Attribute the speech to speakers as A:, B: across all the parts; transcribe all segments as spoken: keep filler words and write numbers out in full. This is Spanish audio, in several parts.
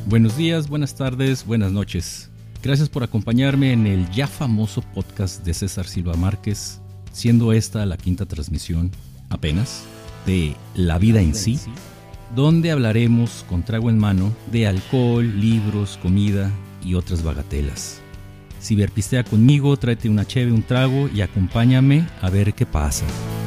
A: Buenos días, buenas tardes, buenas noches. Gracias por acompañarme en el ya famoso podcast de César Silva Márquez, siendo esta la quinta transmisión, apenas, de La vida en sí, donde hablaremos con trago en mano de alcohol, libros, comida y otras bagatelas. Ciberpistea conmigo, tráete una cheve, un trago y acompáñame a ver qué pasa.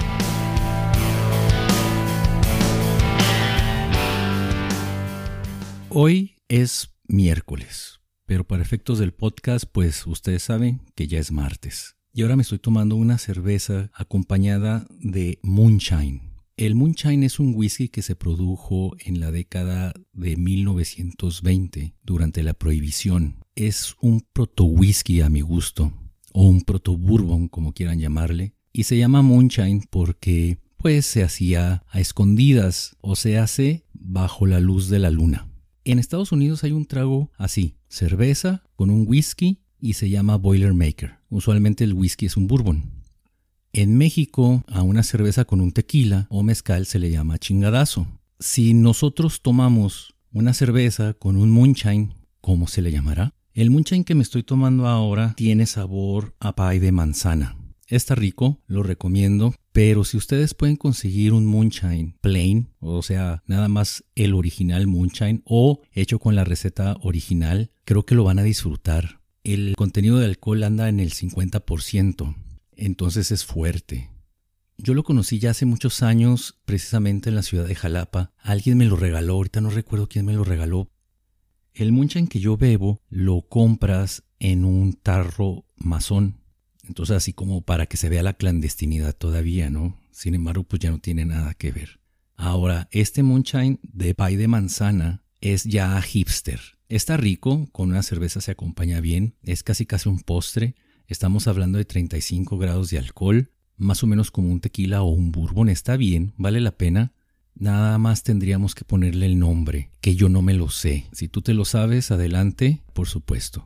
A: Hoy es miércoles, pero para efectos del podcast, pues ustedes saben que ya es martes. Y ahora me estoy tomando una cerveza acompañada de moonshine. El moonshine es un whisky que se produjo en la década de mil novecientos veinte, durante la Prohibición. Es un proto-whisky a mi gusto, o un proto-bourbon, como quieran llamarle, y se llama moonshine porque pues se hacía a escondidas, o se hace bajo la luz de la luna. En Estados Unidos hay un trago así, cerveza con un whisky y se llama Boilermaker. Usualmente el whisky es un bourbon. En México a una cerveza con un tequila o mezcal se le llama chingadazo. Si nosotros tomamos una cerveza con un moonshine, ¿cómo se le llamará? El moonshine que me estoy tomando ahora tiene sabor a pie de manzana. Está rico, lo recomiendo, pero si ustedes pueden conseguir un moonshine plain, o sea, nada más el original moonshine o hecho con la receta original, creo que lo van a disfrutar. El contenido de alcohol anda en el cincuenta por ciento, entonces es fuerte. Yo lo conocí ya hace muchos años, precisamente en la ciudad de Jalapa. Alguien me lo regaló, ahorita no recuerdo quién me lo regaló. El moonshine que yo bebo lo compras en un tarro masón. Entonces así como para que se vea la clandestinidad todavía, ¿no? Sin embargo, pues ya no tiene nada que ver. Ahora, este moonshine de pie de manzana es ya hipster. Está rico, con una cerveza se acompaña bien, es casi casi un postre. Estamos hablando de treinta y cinco grados de alcohol, más o menos como un tequila o un bourbon. Está bien, vale la pena. Nada más tendríamos que ponerle el nombre, que yo no me lo sé. Si tú te lo sabes, adelante, por supuesto.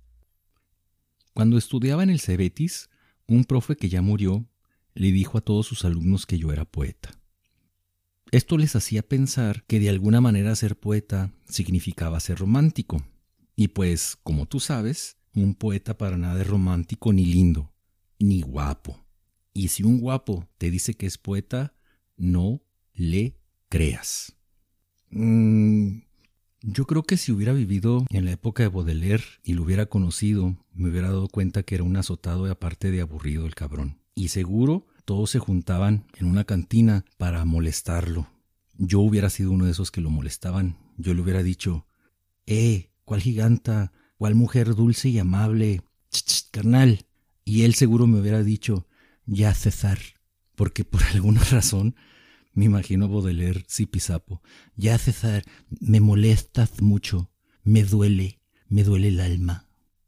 A: Cuando estudiaba en el Cebetis, un profe que ya murió le dijo a todos sus alumnos que yo era poeta. Esto les hacía pensar que de alguna manera ser poeta significaba ser romántico. Y pues, como tú sabes, un poeta para nada es romántico ni lindo, ni guapo. Y si un guapo te dice que es poeta, no le creas. Mm, yo creo que si hubiera vivido en la época de Baudelaire y lo hubiera conocido, me hubiera dado cuenta que era un azotado y aparte de aburrido el cabrón. Y seguro todos se juntaban en una cantina para molestarlo. Yo hubiera sido uno de esos que lo molestaban. Yo le hubiera dicho, eh, ¿cuál giganta? ¿Cuál mujer dulce y amable? Ch, ch, carnal. Y él seguro me hubiera dicho, ya César, porque por alguna razón me imagino a Baudelaire zipizapo. Ya César, me molestas mucho, me duele, me duele el alma.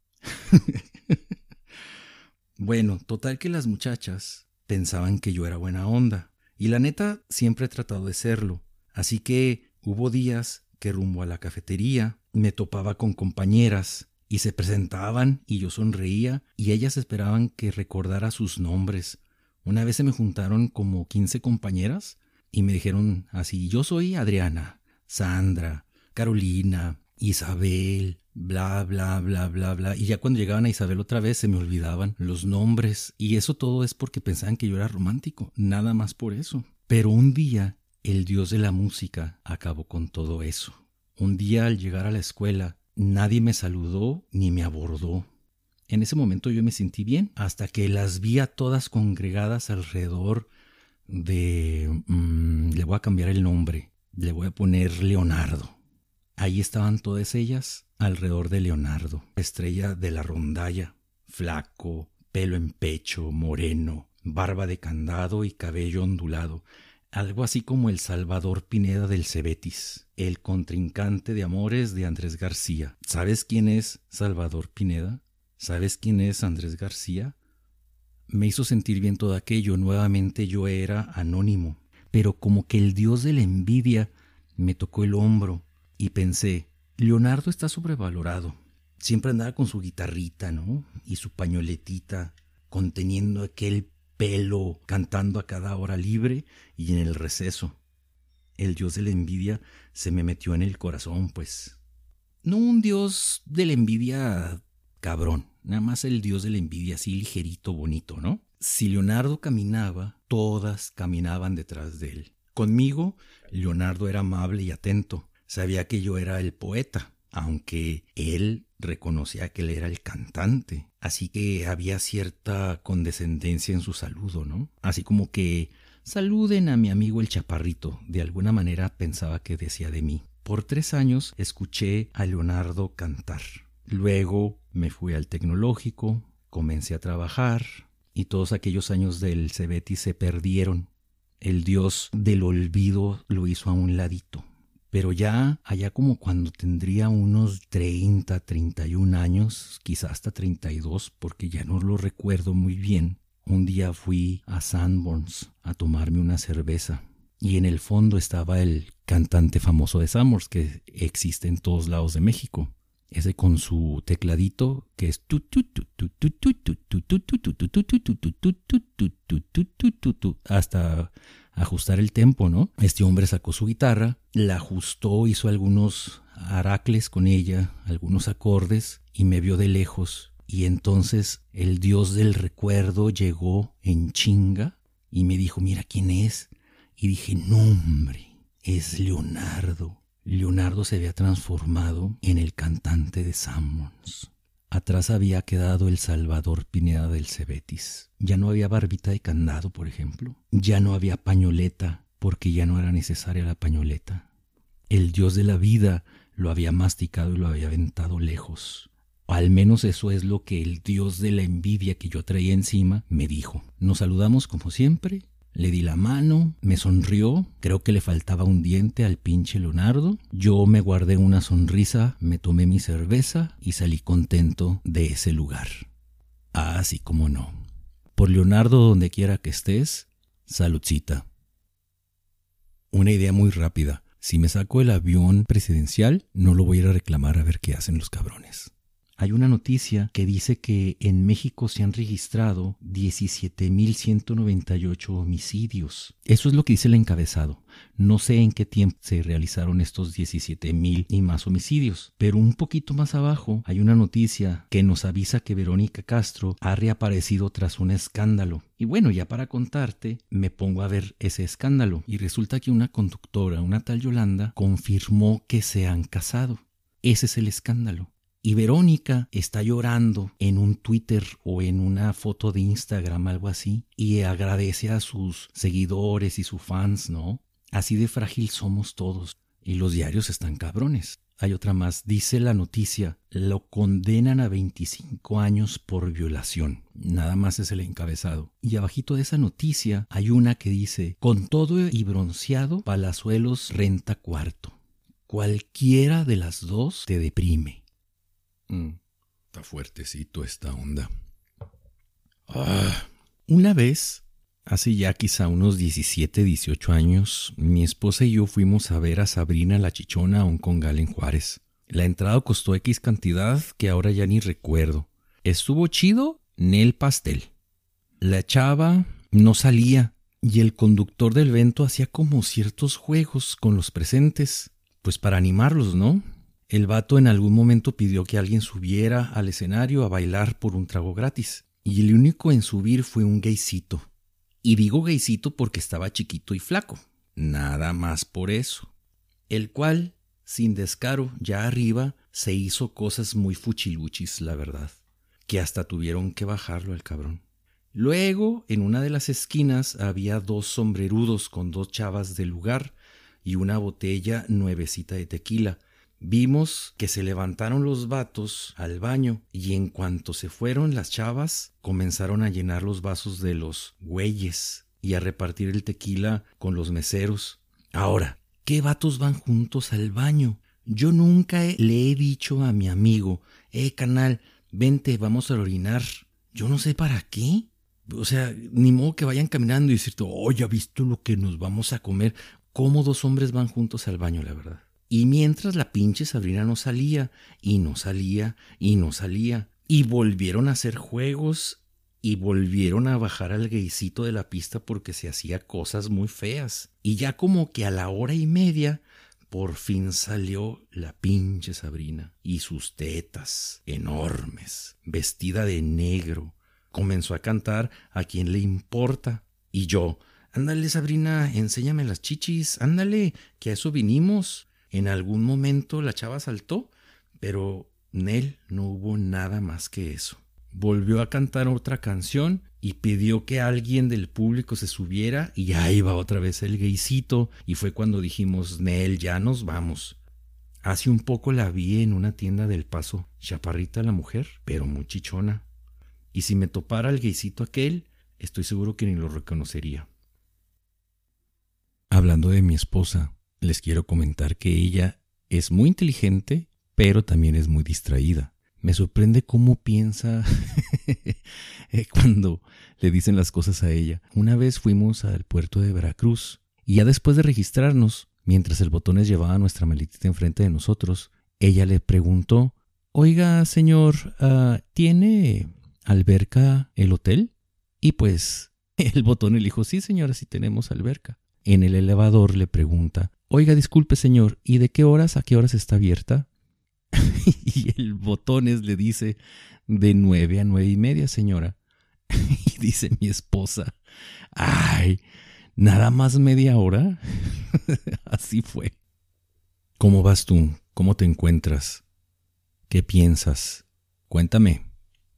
A: Bueno, total que las muchachas pensaban que yo era buena onda. Y la neta, siempre he tratado de serlo. Así que hubo días que rumbo a la cafetería me topaba con compañeras y se presentaban y yo sonreía y ellas esperaban que recordara sus nombres. Una vez se me juntaron como quince compañeras y me dijeron así, yo soy Adriana, Sandra, Carolina, Isabel, bla, bla, bla, bla, bla. Y ya cuando llegaban a Isabel otra vez se me olvidaban los nombres. Y eso todo es porque pensaban que yo era romántico, nada más por eso. Pero un día el dios de la música acabó con todo eso. Un día al llegar a la escuela nadie me saludó ni me abordó. En ese momento yo me sentí bien hasta que las vi a todas congregadas alrededor de... Mmm, le voy a cambiar el nombre, le voy a poner Leonardo. Ahí estaban todas ellas alrededor de Leonardo, estrella de la rondalla, flaco, pelo en pecho, moreno, barba de candado y cabello ondulado, algo así como el Salvador Pineda del Cebetis, el contrincante de amores de Andrés García. ¿Sabes quién es Salvador Pineda? ¿Sabes quién es Andrés García? Me hizo sentir bien todo aquello. Nuevamente yo era anónimo, pero como que el dios de la envidia me tocó el hombro y pensé, Leonardo está sobrevalorado. Siempre andaba con su guitarrita, ¿no? Y su pañoletita, conteniendo aquel pelo, cantando a cada hora libre y en el receso. El dios de la envidia se me metió en el corazón, pues. No un dios de la envidia cabrón, nada más el dios de la envidia así ligerito, bonito, ¿no? Si Leonardo caminaba, todas caminaban detrás de él. Conmigo, Leonardo era amable y atento. Sabía que yo era el poeta, aunque él reconocía que él era el cantante. Así que había cierta condescendencia en su saludo, ¿no? Así como que saluden a mi amigo el chaparrito. De alguna manera pensaba que decía de mí. Por tres años escuché a Leonardo cantar. Luego me fui al tecnológico, comencé a trabajar y todos aquellos años del Cebetis se perdieron. El dios del olvido lo hizo a un ladito. Pero ya allá como cuando tendría unos treinta, treinta y un años, quizás hasta treinta y dos, porque ya no lo recuerdo muy bien, un día fui a Sanborns a tomarme una cerveza y en el fondo estaba el cantante famoso de Sanborns que existe en todos lados de México. Ese con su tecladito que es hasta ajustar el tempo, ¿no? Este hombre sacó su guitarra, la ajustó, hizo algunos aracles con ella, algunos acordes y me vio de lejos. Y entonces el dios del recuerdo llegó en chinga y me dijo, mira quién es. Y dije, no hombre, es Leonardo. Leonardo se había transformado en el cantante de Sanborns. Atrás había quedado el Salvador Pineda del Cebetis. Ya no había barbita de candado, por ejemplo. Ya no había pañoleta, porque ya no era necesaria la pañoleta. El dios de la vida lo había masticado y lo había aventado lejos. Al menos eso es lo que el dios de la envidia que yo traía encima me dijo. Nos saludamos como siempre. Le di la mano, me sonrió, creo que le faltaba un diente al pinche Leonardo. Yo me guardé una sonrisa, me tomé mi cerveza y salí contento de ese lugar. Ah, sí, cómo no. Por Leonardo, donde quiera que estés, saludcita. Una idea muy rápida. Si me saco el avión presidencial, no lo voy a ir a reclamar a ver qué hacen los cabrones. Hay una noticia que dice que en México se han registrado diecisiete mil ciento noventa y ocho homicidios. Eso es lo que dice el encabezado. No sé en qué tiempo se realizaron estos diecisiete mil y más homicidios, pero un poquito más abajo hay una noticia que nos avisa que Verónica Castro ha reaparecido tras un escándalo. Y bueno, ya para contarte, me pongo a ver ese escándalo y resulta que una conductora, una tal Yolanda, confirmó que se han casado. Ese es el escándalo. Y Verónica está llorando en un Twitter o en una foto de Instagram, algo así, y agradece a sus seguidores y sus fans, ¿no? Así de frágil somos todos. Y los diarios están cabrones. Hay otra más. Dice la noticia, lo condenan a veinticinco años por violación. Nada más es el encabezado. Y abajito de esa noticia hay una que dice, con todo y bronceado, Palazuelos renta cuarto. Cualquiera de las dos te deprime. Mm, está fuertecito esta onda. Ah. Una vez, hace ya quizá unos diecisiete, dieciocho años, mi esposa y yo fuimos a ver a Sabrina la Chichona a un congal en Juárez. La entrada costó X cantidad que ahora ya ni recuerdo. Estuvo chido, nel pastel. La chava no salía y el conductor del evento hacía como ciertos juegos con los presentes, pues para animarlos, ¿no? El vato en algún momento pidió que alguien subiera al escenario a bailar por un trago gratis. Y el único en subir fue un gaycito. Y digo gaycito porque estaba chiquito y flaco. Nada más por eso. El cual, sin descaro, ya arriba, se hizo cosas muy fuchiluchis, la verdad. Que hasta tuvieron que bajarlo al cabrón. Luego, en una de las esquinas, había dos sombrerudos con dos chavas del lugar y una botella nuevecita de tequila. Vimos que se levantaron los vatos al baño y en cuanto se fueron las chavas comenzaron a llenar los vasos de los güeyes y a repartir el tequila con los meseros. Ahora, ¿qué vatos van juntos al baño? Yo nunca he, le he dicho a mi amigo, eh canal, vente, vamos a orinar. Yo no sé para qué. O sea, ni modo que vayan caminando y decirte, oh, ¿ya visto lo que nos vamos a comer? ¿Cómo dos hombres van juntos al baño, la verdad? Y mientras la pinche Sabrina no salía, y no salía, y no salía. Y volvieron a hacer juegos, y volvieron a bajar al gaycito de la pista porque se hacía cosas muy feas. Y ya como que a la hora y media, por fin salió la pinche Sabrina y sus tetas enormes, vestida de negro. Comenzó a cantar A quién le importa. Y yo, ándale Sabrina, enséñame las chichis, ándale, que a eso vinimos. En algún momento la chava saltó, pero Nel no hubo nada más que eso. Volvió a cantar otra canción y pidió que alguien del público se subiera y ahí va otra vez el gaycito. Y fue cuando dijimos, Nel, ya nos vamos. Hace un poco la vi en una tienda del Paso, chaparrita la mujer, pero muy chichona. Y si me topara el gaycito aquel, estoy seguro que ni lo reconocería. Hablando de mi esposa, les quiero comentar que ella es muy inteligente, pero también es muy distraída. Me sorprende cómo piensa cuando le dicen las cosas a ella. Una vez fuimos al puerto de Veracruz y ya después de registrarnos, mientras el botones llevaba nuestra maletita enfrente de nosotros, ella le preguntó, oiga señor, uh, ¿tiene alberca el hotel? Y pues el botones le dijo, sí señora, sí tenemos alberca. En el elevador le pregunta, oiga disculpe señor, ¿y de qué horas a qué horas está abierta? Y el botones le dice, de nueve a nueve y media, señora. Y dice mi esposa, ay, ¿nada más media hora? Así fue. ¿Cómo vas tú? ¿Cómo te encuentras? ¿Qué piensas? Cuéntame.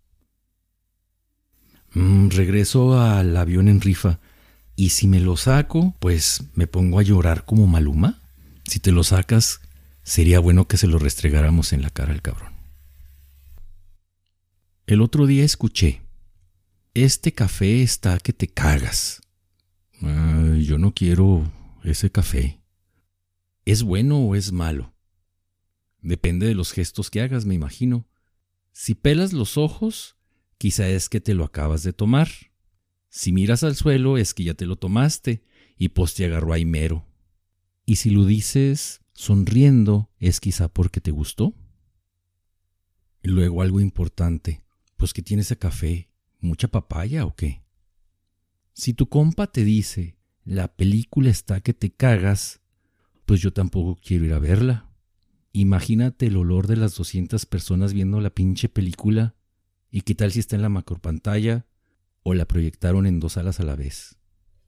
A: Mm, regreso al avión en rifa. Y si me lo saco, pues me pongo a llorar como Maluma. Si te lo sacas, sería bueno que se lo restregáramos en la cara al cabrón. El otro día escuché, este café está que te cagas. Ay, yo no quiero ese café. ¿Es bueno o es malo? Depende de los gestos que hagas, me imagino. Si pelas los ojos, quizá es que te lo acabas de tomar. Si miras al suelo, es que ya te lo tomaste y pues te agarró ahí mero. Y si lo dices sonriendo, es quizá porque te gustó. Y luego algo importante, pues ¿qué tiene ese café? ¿Mucha papaya o qué? Si tu compa te dice, la película está que te cagas, pues yo tampoco quiero ir a verla. Imagínate el olor de las doscientas personas viendo la pinche película, y qué tal si está en la macropantalla o la proyectaron en dos salas a la vez.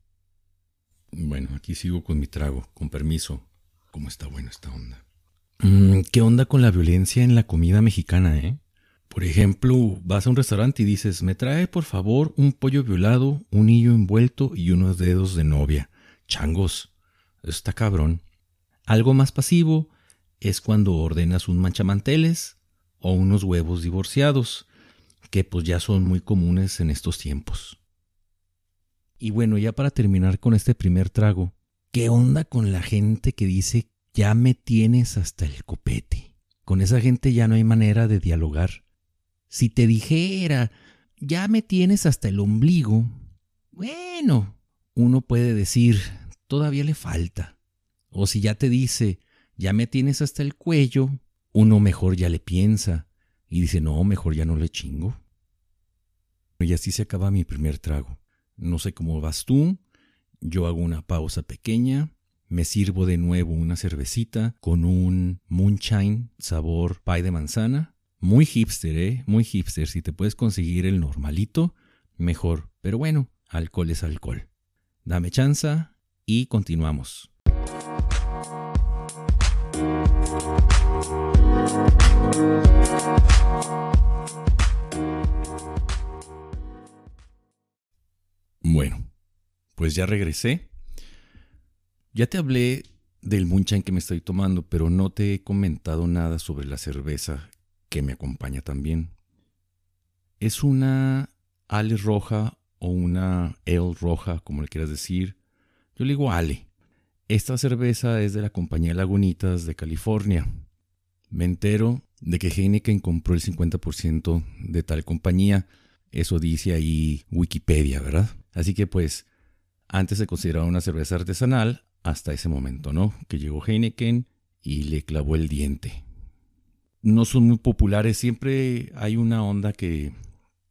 A: Bueno, aquí sigo con mi trago, con permiso. ¿Cómo está buena esta onda? Mm, ¿Qué onda con la violencia en la comida mexicana, eh? Por ejemplo, vas a un restaurante y dices, me trae por favor un pollo violado, un hillo envuelto y unos dedos de novia. Changos, está cabrón. Algo más pasivo es cuando ordenas un manchamanteles o unos huevos divorciados, que pues ya son muy comunes en estos tiempos. Y bueno, ya para terminar con este primer trago, ¿qué onda con la gente que dice, ya me tienes hasta el copete? Con esa gente ya no hay manera de dialogar. Si te dijera, ya me tienes hasta el ombligo, bueno, uno puede decir, todavía le falta. O si ya te dice, ya me tienes hasta el cuello, uno mejor ya le piensa y dice, no, mejor ya no le chingo. Y así se acaba mi primer trago. No sé cómo vas tú, yo hago una pausa pequeña, me sirvo de nuevo una cervecita con un moonshine sabor pie de manzana. Muy hipster, ¿eh? Muy hipster. Si te puedes conseguir el normalito, mejor. Pero bueno, alcohol es alcohol. Dame chanza y continuamos. Bueno, pues ya regresé. Ya te hablé del moonshine que me estoy tomando, pero no te he comentado nada sobre la cerveza que me acompaña también. Es una ale roja o una ale roja, como le quieras decir. Yo le digo ale. Esta cerveza es de la compañía Lagunitas de California. Me entero de que Heineken compró el cincuenta por ciento de tal compañía. Eso dice ahí Wikipedia, ¿verdad? Así que pues, antes se consideraba una cerveza artesanal hasta ese momento, ¿no? Que llegó Heineken y le clavó el diente. No son muy populares, siempre hay una onda que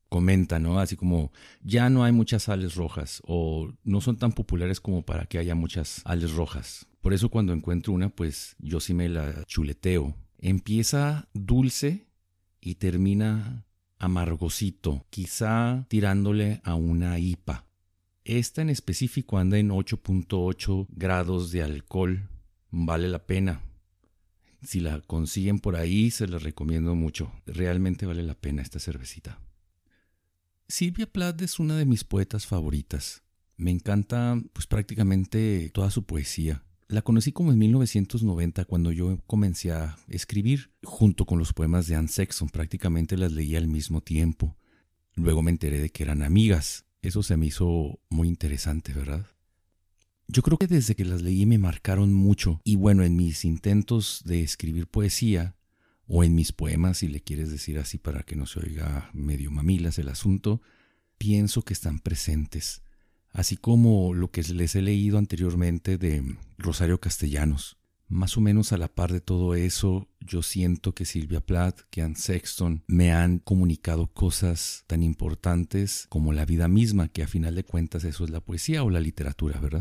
A: comenta, ¿no? Así como, ya no hay muchas ales rojas o no son tan populares como para que haya muchas ales rojas. Por eso cuando encuentro una, pues yo sí me la chuleteo. Empieza dulce y termina amargosito, quizá tirándole a una I P A. Esta en específico anda en ocho punto ocho grados de alcohol. Vale la pena. Si la consiguen por ahí, se la recomiendo mucho. Realmente vale la pena esta cervecita. Silvia Plath es una de mis poetas favoritas. Me encanta pues prácticamente toda su poesía. La conocí como en mil novecientos noventa cuando yo comencé a escribir junto con los poemas de Anne Sexton. Prácticamente las leía al mismo tiempo. Luego me enteré de que eran amigas. Eso se me hizo muy interesante, ¿verdad? Yo creo que desde que las leí me marcaron mucho. Y bueno, en mis intentos de escribir poesía, o en mis poemas, si le quieres decir así para que no se oiga medio mamilas el asunto, pienso que están presentes. Así como lo que les he leído anteriormente de Rosario Castellanos. Más o menos a la par de todo eso, yo siento que Silvia Plath, que Anne Sexton me han comunicado cosas tan importantes como la vida misma, que a final de cuentas eso es la poesía o la literatura, ¿verdad?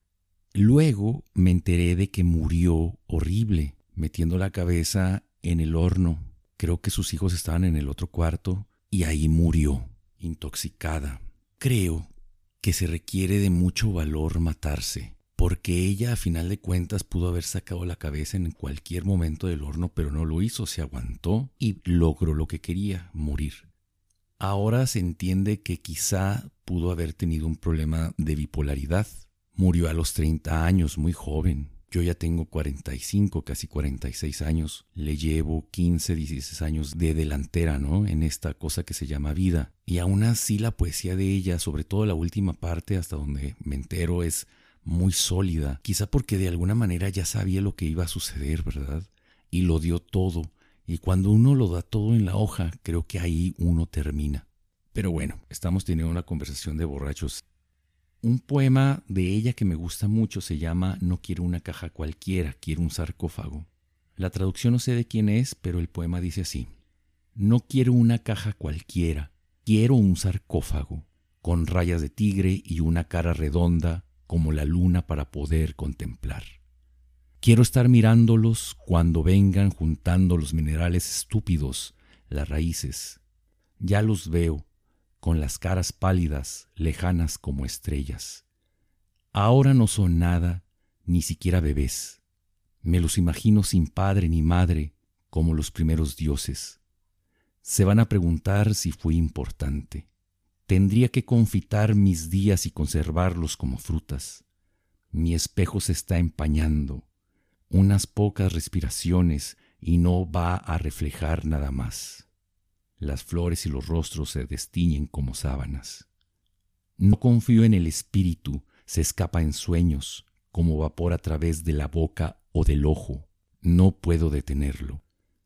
A: Luego me enteré de que murió horrible, metiendo la cabeza en el horno. Creo que sus hijos estaban en el otro cuarto y ahí murió, intoxicada. Creo que se requiere de mucho valor matarse, porque ella a final de cuentas pudo haber sacado la cabeza en cualquier momento del horno, pero no lo hizo, se aguantó y logró lo que quería, morir. Ahora se entiende que quizá pudo haber tenido un problema de bipolaridad. Murió a los treinta años, muy joven. Yo ya tengo cuarenta y cinco, casi cuarenta y seis años. Le llevo quince, dieciséis años de delantera, ¿no? En esta cosa que se llama vida. Y aún así la poesía de ella, sobre todo la última parte hasta donde me entero, es muy sólida. Quizá porque de alguna manera ya sabía lo que iba a suceder, ¿verdad? Y lo dio todo. Y cuando uno lo da todo en la hoja, creo que ahí uno termina. Pero bueno, estamos teniendo una conversación de borrachos. Un poema de ella que me gusta mucho se llama No quiero una caja cualquiera, quiero un sarcófago. La traducción no sé de quién es, pero el poema dice así. No quiero una caja cualquiera, quiero un sarcófago, con rayas de tigre y una cara redonda como la luna para poder contemplar. Quiero estar mirándolos cuando vengan juntando los minerales estúpidos, las raíces. Ya los veo, con las caras pálidas, lejanas como estrellas. Ahora no son nada, ni siquiera bebés. Me los imagino sin padre ni madre, como los primeros dioses. Se van a preguntar si fui importante. Tendría que confitar mis días y conservarlos como frutas. Mi espejo se está empañando. Unas pocas respiraciones y no va a reflejar nada más. Las flores y los rostros se destiñen como sábanas. No confío en el espíritu, se escapa en sueños, como vapor a través de la boca o del ojo. No puedo detenerlo.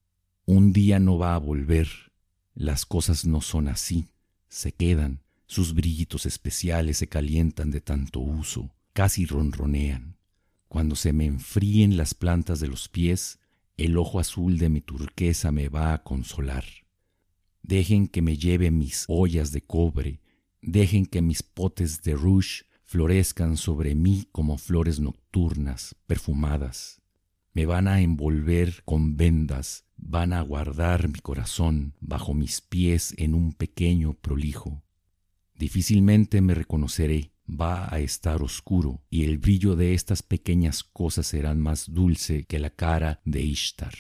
A: Un día no va a volver. Las cosas no son así. Se quedan. Sus brillitos especiales se calientan de tanto uso. Casi ronronean. Cuando se me enfríen las plantas de los pies, el ojo azul de mi turquesa me va a consolar. Dejen que me lleve mis ollas de cobre, dejen que mis potes de rouge florezcan sobre mí como flores nocturnas, perfumadas. Me van a envolver con vendas, van a guardar mi corazón bajo mis pies en un pequeño prolijo. Difícilmente me reconoceré, va a estar oscuro, y el brillo de estas pequeñas cosas será más dulce que la cara de Ishtar.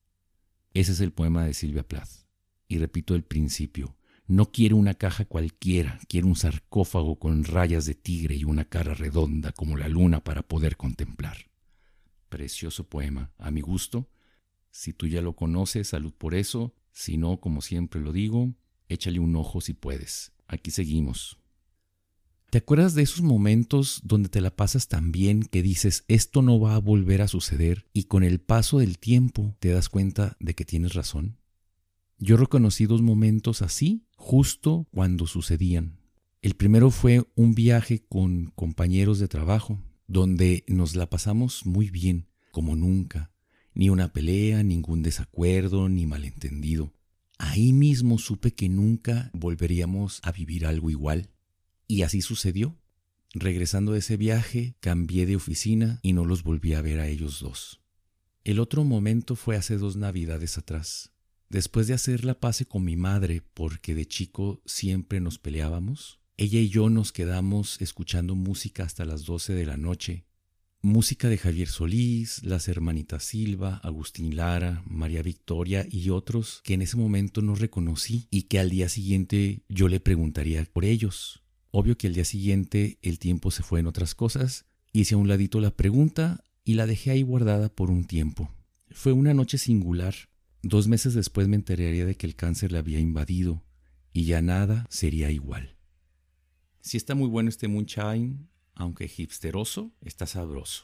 A: Ese es el poema de Silvia Plath. Y repito el principio, no quiero una caja cualquiera, quiero un sarcófago con rayas de tigre y una cara redonda como la luna para poder contemplar. Precioso poema, a mi gusto. Si tú ya lo conoces, salud por eso. Si no, como siempre lo digo, échale un ojo si puedes. Aquí seguimos. ¿Te acuerdas de esos momentos donde te la pasas tan bien que dices esto no va a volver a suceder y con el paso del tiempo te das cuenta de que tienes razón? Yo reconocí dos momentos así justo cuando sucedían. El primero fue un viaje con compañeros de trabajo, donde nos la pasamos muy bien, como nunca. Ni una pelea, ningún desacuerdo, ni malentendido. ahí mismo supe que nunca volveríamos a vivir algo igual. Y así sucedió. Regresando de ese viaje, cambié de oficina y no los volví a ver a ellos dos. El otro momento fue hace dos navidades atrás. Después de hacer la paz con mi madre, porque de chico siempre nos peleábamos, ella y yo nos quedamos escuchando música hasta las doce de la noche. Música de Javier Solís, las hermanitas Silva, Agustín Lara, María Victoria y otros que en ese momento no reconocí y que al día siguiente yo le preguntaría por ellos. Obvio que al día siguiente el tiempo se fue en otras cosas, hice a un ladito la pregunta y la dejé ahí guardada por un tiempo. Fue una noche singular. Dos meses después me enteraría de que el cáncer la había invadido y ya nada sería igual. Sí está muy bueno este moonshine, aunque hipsteroso, está sabroso.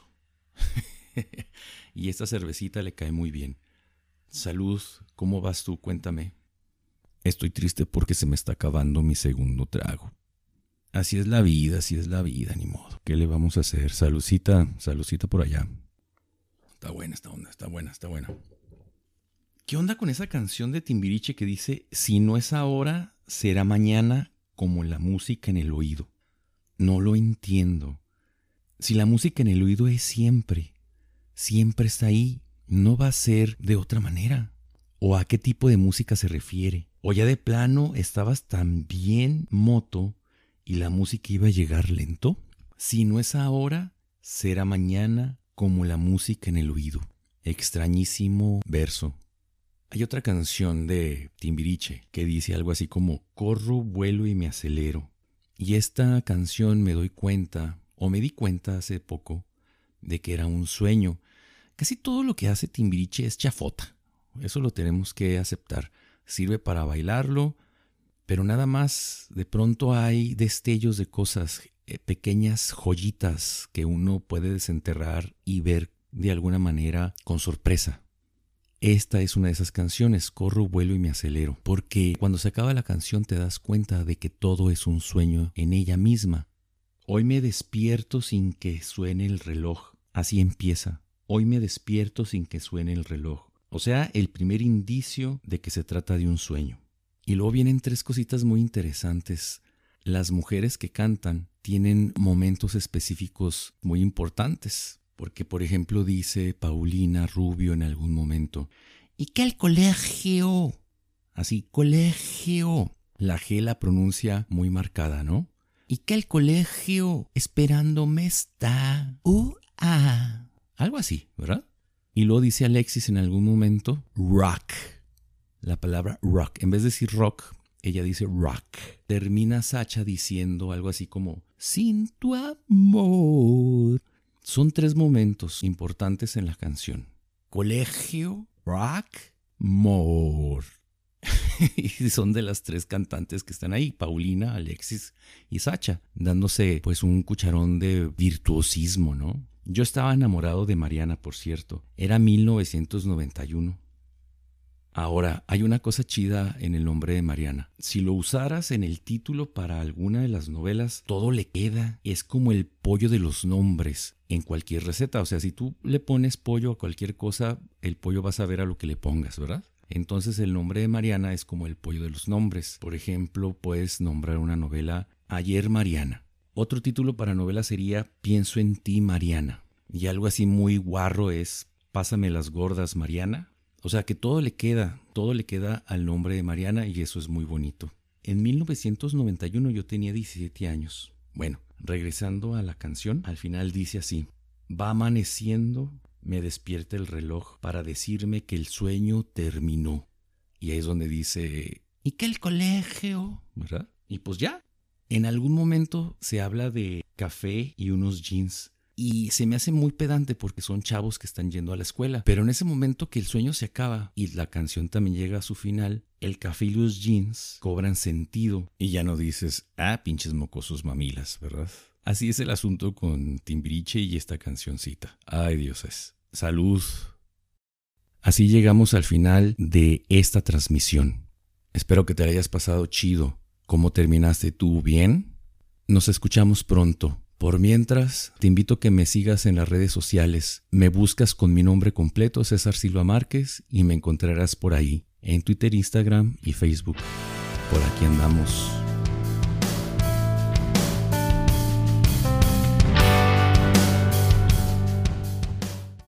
A: Y esta cervecita le cae muy bien. Salud, ¿cómo vas tú? Cuéntame. Estoy triste porque se me está acabando mi segundo trago. Así es la vida, así es la vida, ni modo. ¿Qué le vamos a hacer? Saludcita, saludcita por allá. Está buena esta onda, está buena, está buena. ¿Qué onda con esa canción de Timbiriche que dice, si no es ahora, será mañana como la música en el oído? No lo entiendo. Si la música en el oído es siempre, siempre está ahí, no va a ser de otra manera. ¿O a qué tipo de música se refiere? ¿O ya de plano estabas tan bien moto y la música iba a llegar lento? Si no es ahora, será mañana como la música en el oído. Extrañísimo verso. Hay otra canción de Timbiriche que dice algo así como corro, vuelo y me acelero. Y esta canción me doy cuenta, o me di cuenta hace poco, de que era un sueño. Casi todo lo que hace Timbiriche es chafota. Eso lo tenemos que aceptar. Sirve para bailarlo, pero nada más. De pronto hay destellos de cosas, eh, pequeñas joyitas que uno puede desenterrar y ver de alguna manera con sorpresa. Esta es una de esas canciones, corro, vuelo y me acelero, porque cuando se acaba la canción te das cuenta de que todo es un sueño en ella misma. Hoy me despierto sin que suene el reloj. Así empieza. Hoy me despierto sin que suene el reloj. O sea, el primer indicio de que se trata de un sueño. Y luego vienen tres cositas muy interesantes. Las mujeres que cantan tienen momentos específicos muy importantes. Porque, por ejemplo, dice Paulina Rubio en algún momento, ¿y qué el colegio? Así, colegio. La G la pronuncia muy marcada, ¿no? ¿Y qué el colegio esperándome está? Uh, ah. Algo así, ¿verdad? Y luego dice Alexis en algún momento, rock. La palabra rock. En vez de decir rock, ella dice rock. Termina Sacha diciendo algo así como, sin tu amor. Son tres momentos importantes en la canción. Colegio, rock, more. Y son de las tres cantantes que están ahí, Paulina, Alexis y Sacha, dándose pues un cucharón de virtuosismo, ¿no? Yo estaba enamorado de Mariana, por cierto. Era mil novecientos noventa y uno. Ahora, hay una cosa chida en el nombre de Mariana. Si lo usaras en el título para alguna de las novelas, todo le queda. Es como el pollo de los nombres en cualquier receta. O sea, si tú le pones pollo a cualquier cosa, el pollo va a saber a lo que le pongas, ¿verdad? Entonces el nombre de Mariana es como el pollo de los nombres. Por ejemplo, puedes nombrar una novela Ayer Mariana. Otro título para novela sería Pienso en ti, Mariana. Y algo así muy guarro es Pásame las gordas, Mariana. O sea que todo le queda, todo le queda al nombre de Mariana y eso es muy bonito. En mil novecientos noventa y uno yo tenía diecisiete años. Bueno, regresando a la canción, al final dice así: va amaneciendo, me despierta el reloj para decirme que el sueño terminó. Y ahí es donde dice, ¿y qué el colegio? ¿Verdad? Y pues ya. En algún momento se habla de café y unos jeans. Y se me hace muy pedante porque son chavos que están yendo a la escuela. Pero en ese momento que el sueño se acaba y la canción también llega a su final, el café y los jeans cobran sentido. Y ya no dices, ah, pinches mocosos mamilas, ¿verdad? Así es el asunto con Timbiriche y esta cancioncita. Ay, dioses. Salud. Así llegamos al final de esta transmisión. Espero que te la hayas pasado chido. ¿Cómo terminaste tú? ¿Bien? Nos escuchamos pronto. Por mientras, te invito a que me sigas en las redes sociales. Me buscas con mi nombre completo, César Silva Márquez, y me encontrarás por ahí. en Twitter, Instagram y Facebook. Por aquí andamos.